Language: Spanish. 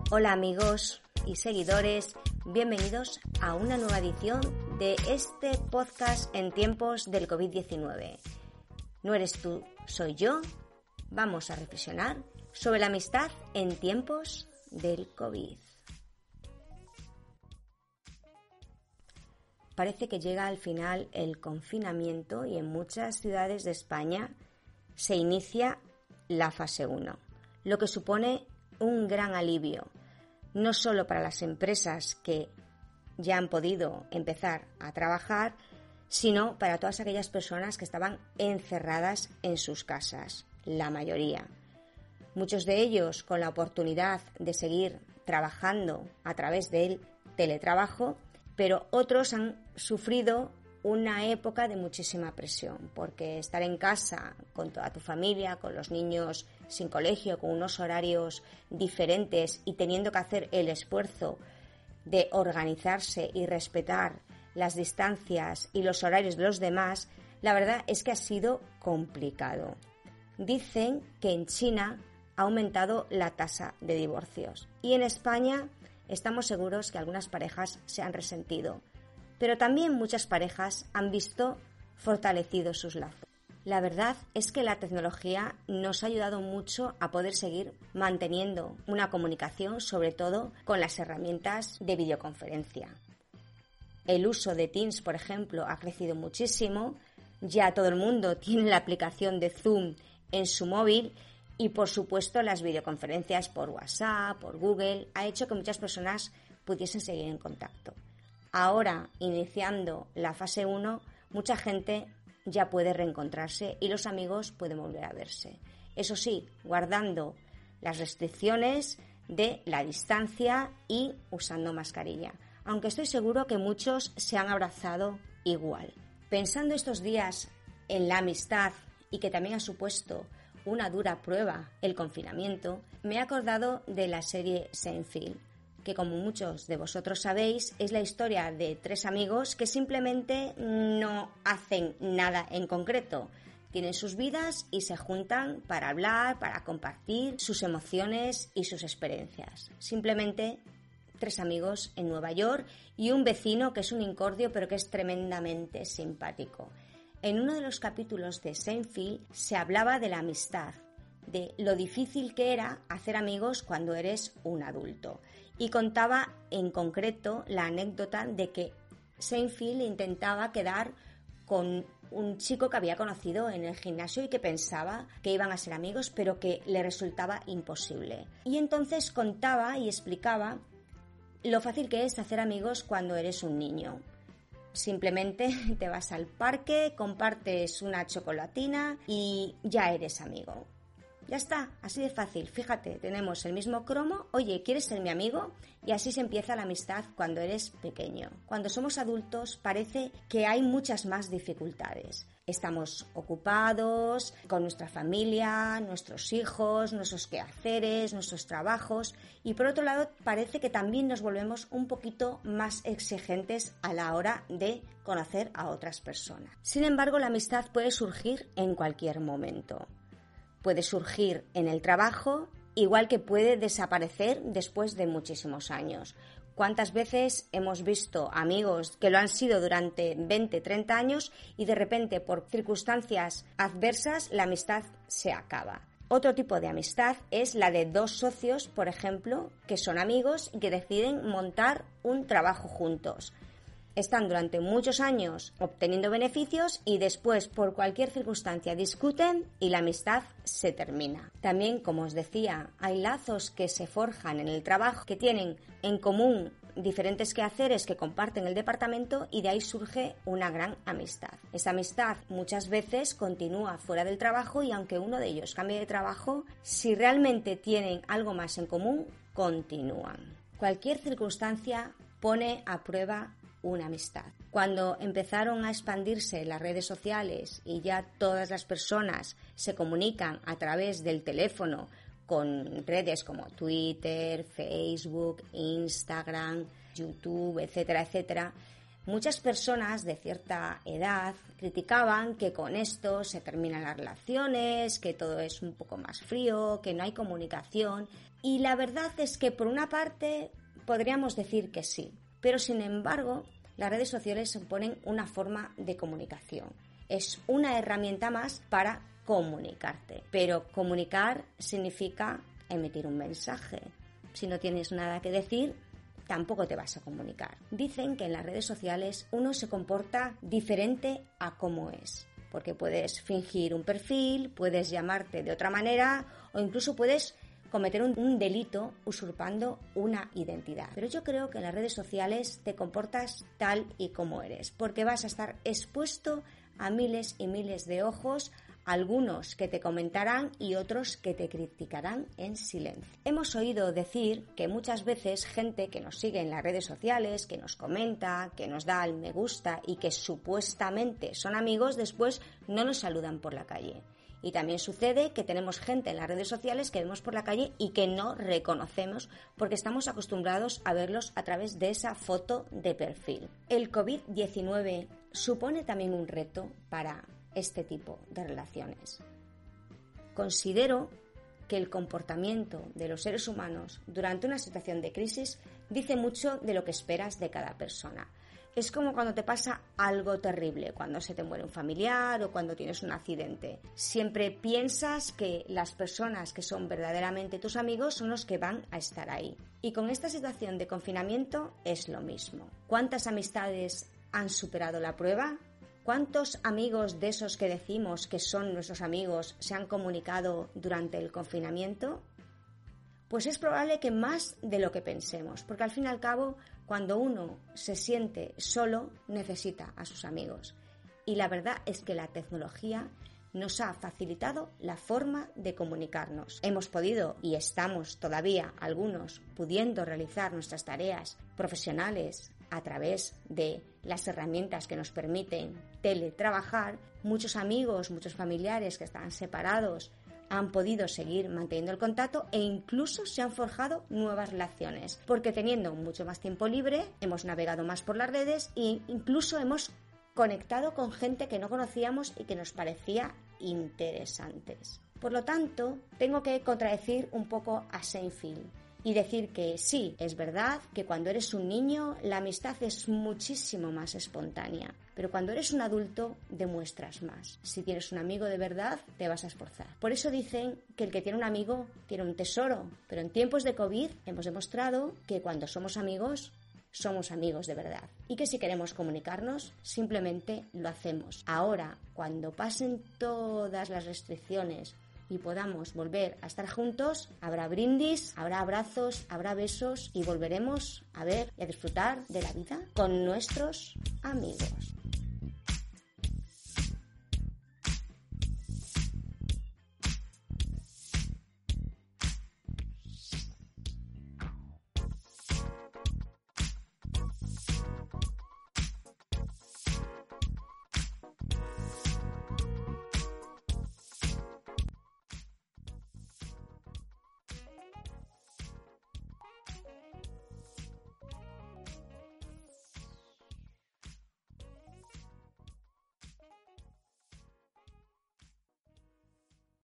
Hola amigos y seguidores, bienvenidos a una nueva edición de este podcast en tiempos del COVID-19. No eres tú, soy yo. Vamos a reflexionar sobre la amistad en tiempos del COVID. Parece que llega al final el confinamiento y en muchas ciudades de España se inicia la fase 1, lo que supone un gran alivio, no solo para las empresas que ya han podido empezar a trabajar, sino para todas aquellas personas que estaban encerradas en sus casas, la mayoría. Muchos de ellos con la oportunidad de seguir trabajando a través del teletrabajo, pero otros han sufrido una época de muchísima presión, porque estar en casa con toda tu familia, con los niños sin colegio, con unos horarios diferentes y teniendo que hacer el esfuerzo de organizarse y respetar las distancias y los horarios de los demás, la verdad es que ha sido complicado. Dicen que en China ha aumentado la tasa de divorcios y en España estamos seguros que algunas parejas se han resentido, pero también muchas parejas han visto fortalecidos sus lazos. La verdad es que la tecnología nos ha ayudado mucho a poder seguir manteniendo una comunicación, sobre todo con las herramientas de videoconferencia. El uso de Teams, por ejemplo, ha crecido muchísimo. Ya todo el mundo tiene la aplicación de Zoom en su móvil y, por supuesto, las videoconferencias por WhatsApp, por Google, ha hecho que muchas personas pudiesen seguir en contacto. Ahora, iniciando la fase 1, mucha gente ya puede reencontrarse y los amigos pueden volver a verse. Eso sí, guardando las restricciones de la distancia y usando mascarilla. Aunque estoy seguro que muchos se han abrazado igual. Pensando estos días en la amistad y que también ha supuesto una dura prueba el confinamiento, me he acordado de la serie Seinfeld, que como muchos de vosotros sabéis es la historia de 3 amigos que simplemente no hacen nada en concreto. Tienen sus vidas y se juntan para hablar, para compartir sus emociones y sus experiencias. Simplemente 3 amigos en Nueva York y un vecino que es un incordio pero que es tremendamente simpático. En uno de los capítulos de Seinfeld se hablaba de la amistad, de lo difícil que era hacer amigos cuando eres un adulto. Y contaba en concreto la anécdota de que Seinfeld intentaba quedar con un chico que había conocido en el gimnasio y que pensaba que iban a ser amigos, pero que le resultaba imposible. Y entonces contaba y explicaba lo fácil que es hacer amigos cuando eres un niño. Simplemente te vas al parque, compartes una chocolatina y ya eres amigo. Ya está, así de fácil. Fíjate, tenemos el mismo cromo. Oye, ¿quieres ser mi amigo? Y así se empieza la amistad cuando eres pequeño. Cuando somos adultos parece que hay muchas más dificultades. Estamos ocupados con nuestra familia, nuestros hijos, nuestros quehaceres, nuestros trabajos. Y por otro lado, parece que también nos volvemos un poquito más exigentes a la hora de conocer a otras personas. Sin embargo, la amistad puede surgir en cualquier momento. Puede surgir en el trabajo, igual que puede desaparecer después de muchísimos años. ¿Cuántas veces hemos visto amigos que lo han sido durante 20, 30 años y de repente por circunstancias adversas la amistad se acaba? Otro tipo de amistad es la de 2 socios, por ejemplo, que son amigos y que deciden montar un trabajo juntos. Están durante muchos años obteniendo beneficios y después por cualquier circunstancia discuten y la amistad se termina. También, como os decía, hay lazos que se forjan en el trabajo que tienen en común diferentes quehaceres que comparten el departamento y de ahí surge una gran amistad. Esa amistad muchas veces continúa fuera del trabajo y aunque uno de ellos cambie de trabajo, si realmente tienen algo más en común, continúan. Cualquier circunstancia pone a prueba una amistad. Cuando empezaron a expandirse las redes sociales y ya todas las personas se comunican a través del teléfono con redes como Twitter, Facebook, Instagram, YouTube, etcétera, etcétera, Muchas personas de cierta edad criticaban que con esto se terminan las relaciones, que todo es un poco más frío, que no hay comunicación. Y la verdad es que por una parte podríamos decir que sí, pero sin embargo las redes sociales suponen una forma de comunicación. Es una herramienta más para comunicarte, pero comunicar significa emitir un mensaje. Si no tienes nada que decir, tampoco te vas a comunicar. Dicen que en las redes sociales uno se comporta diferente a cómo es, porque puedes fingir un perfil, puedes llamarte de otra manera o incluso puedes cometer un delito usurpando una identidad. Pero yo creo que en las redes sociales te comportas tal y como eres, porque vas a estar expuesto a miles y miles de ojos, algunos que te comentarán y otros que te criticarán en silencio. Hemos oído decir que muchas veces gente que nos sigue en las redes sociales, que nos comenta, que nos da al me gusta y que supuestamente son amigos, después no nos saludan por la calle. Y también sucede que tenemos gente en las redes sociales que vemos por la calle y que no reconocemos porque estamos acostumbrados a verlos a través de esa foto de perfil. El COVID-19 supone también un reto para este tipo de relaciones. Considero que el comportamiento de los seres humanos durante una situación de crisis dice mucho de lo que esperas de cada persona. Es como cuando te pasa algo terrible, cuando se te muere un familiar o cuando tienes un accidente. Siempre piensas que las personas que son verdaderamente tus amigos son los que van a estar ahí. Y con esta situación de confinamiento es lo mismo. ¿Cuántas amistades han superado la prueba? ¿Cuántos amigos de esos que decimos que son nuestros amigos se han comunicado durante el confinamiento? Pues es probable que más de lo que pensemos, porque al fin y al cabo, cuando uno se siente solo, necesita a sus amigos. Y la verdad es que la tecnología nos ha facilitado la forma de comunicarnos. Hemos podido, y estamos todavía algunos, pudiendo realizar nuestras tareas profesionales a través de las herramientas que nos permiten teletrabajar. Muchos amigos, muchos familiares que estaban separados han podido seguir manteniendo el contacto e incluso se han forjado nuevas relaciones, porque teniendo mucho más tiempo libre, hemos navegado más por las redes e incluso hemos conectado con gente que no conocíamos y que nos parecía interesantes. Por lo tanto, tengo que contradecir un poco a Seinfeld y decir que sí, es verdad que cuando eres un niño la amistad es muchísimo más espontánea, pero cuando eres un adulto demuestras más. Si tienes un amigo de verdad, te vas a esforzar. Por eso dicen que el que tiene un amigo tiene un tesoro, pero en tiempos de COVID hemos demostrado que cuando somos amigos de verdad y que si queremos comunicarnos simplemente lo hacemos. Ahora, cuando pasen todas las restricciones y podamos volver a estar juntos, habrá brindis, habrá abrazos, habrá besos y volveremos a ver y a disfrutar de la vida con nuestros amigos.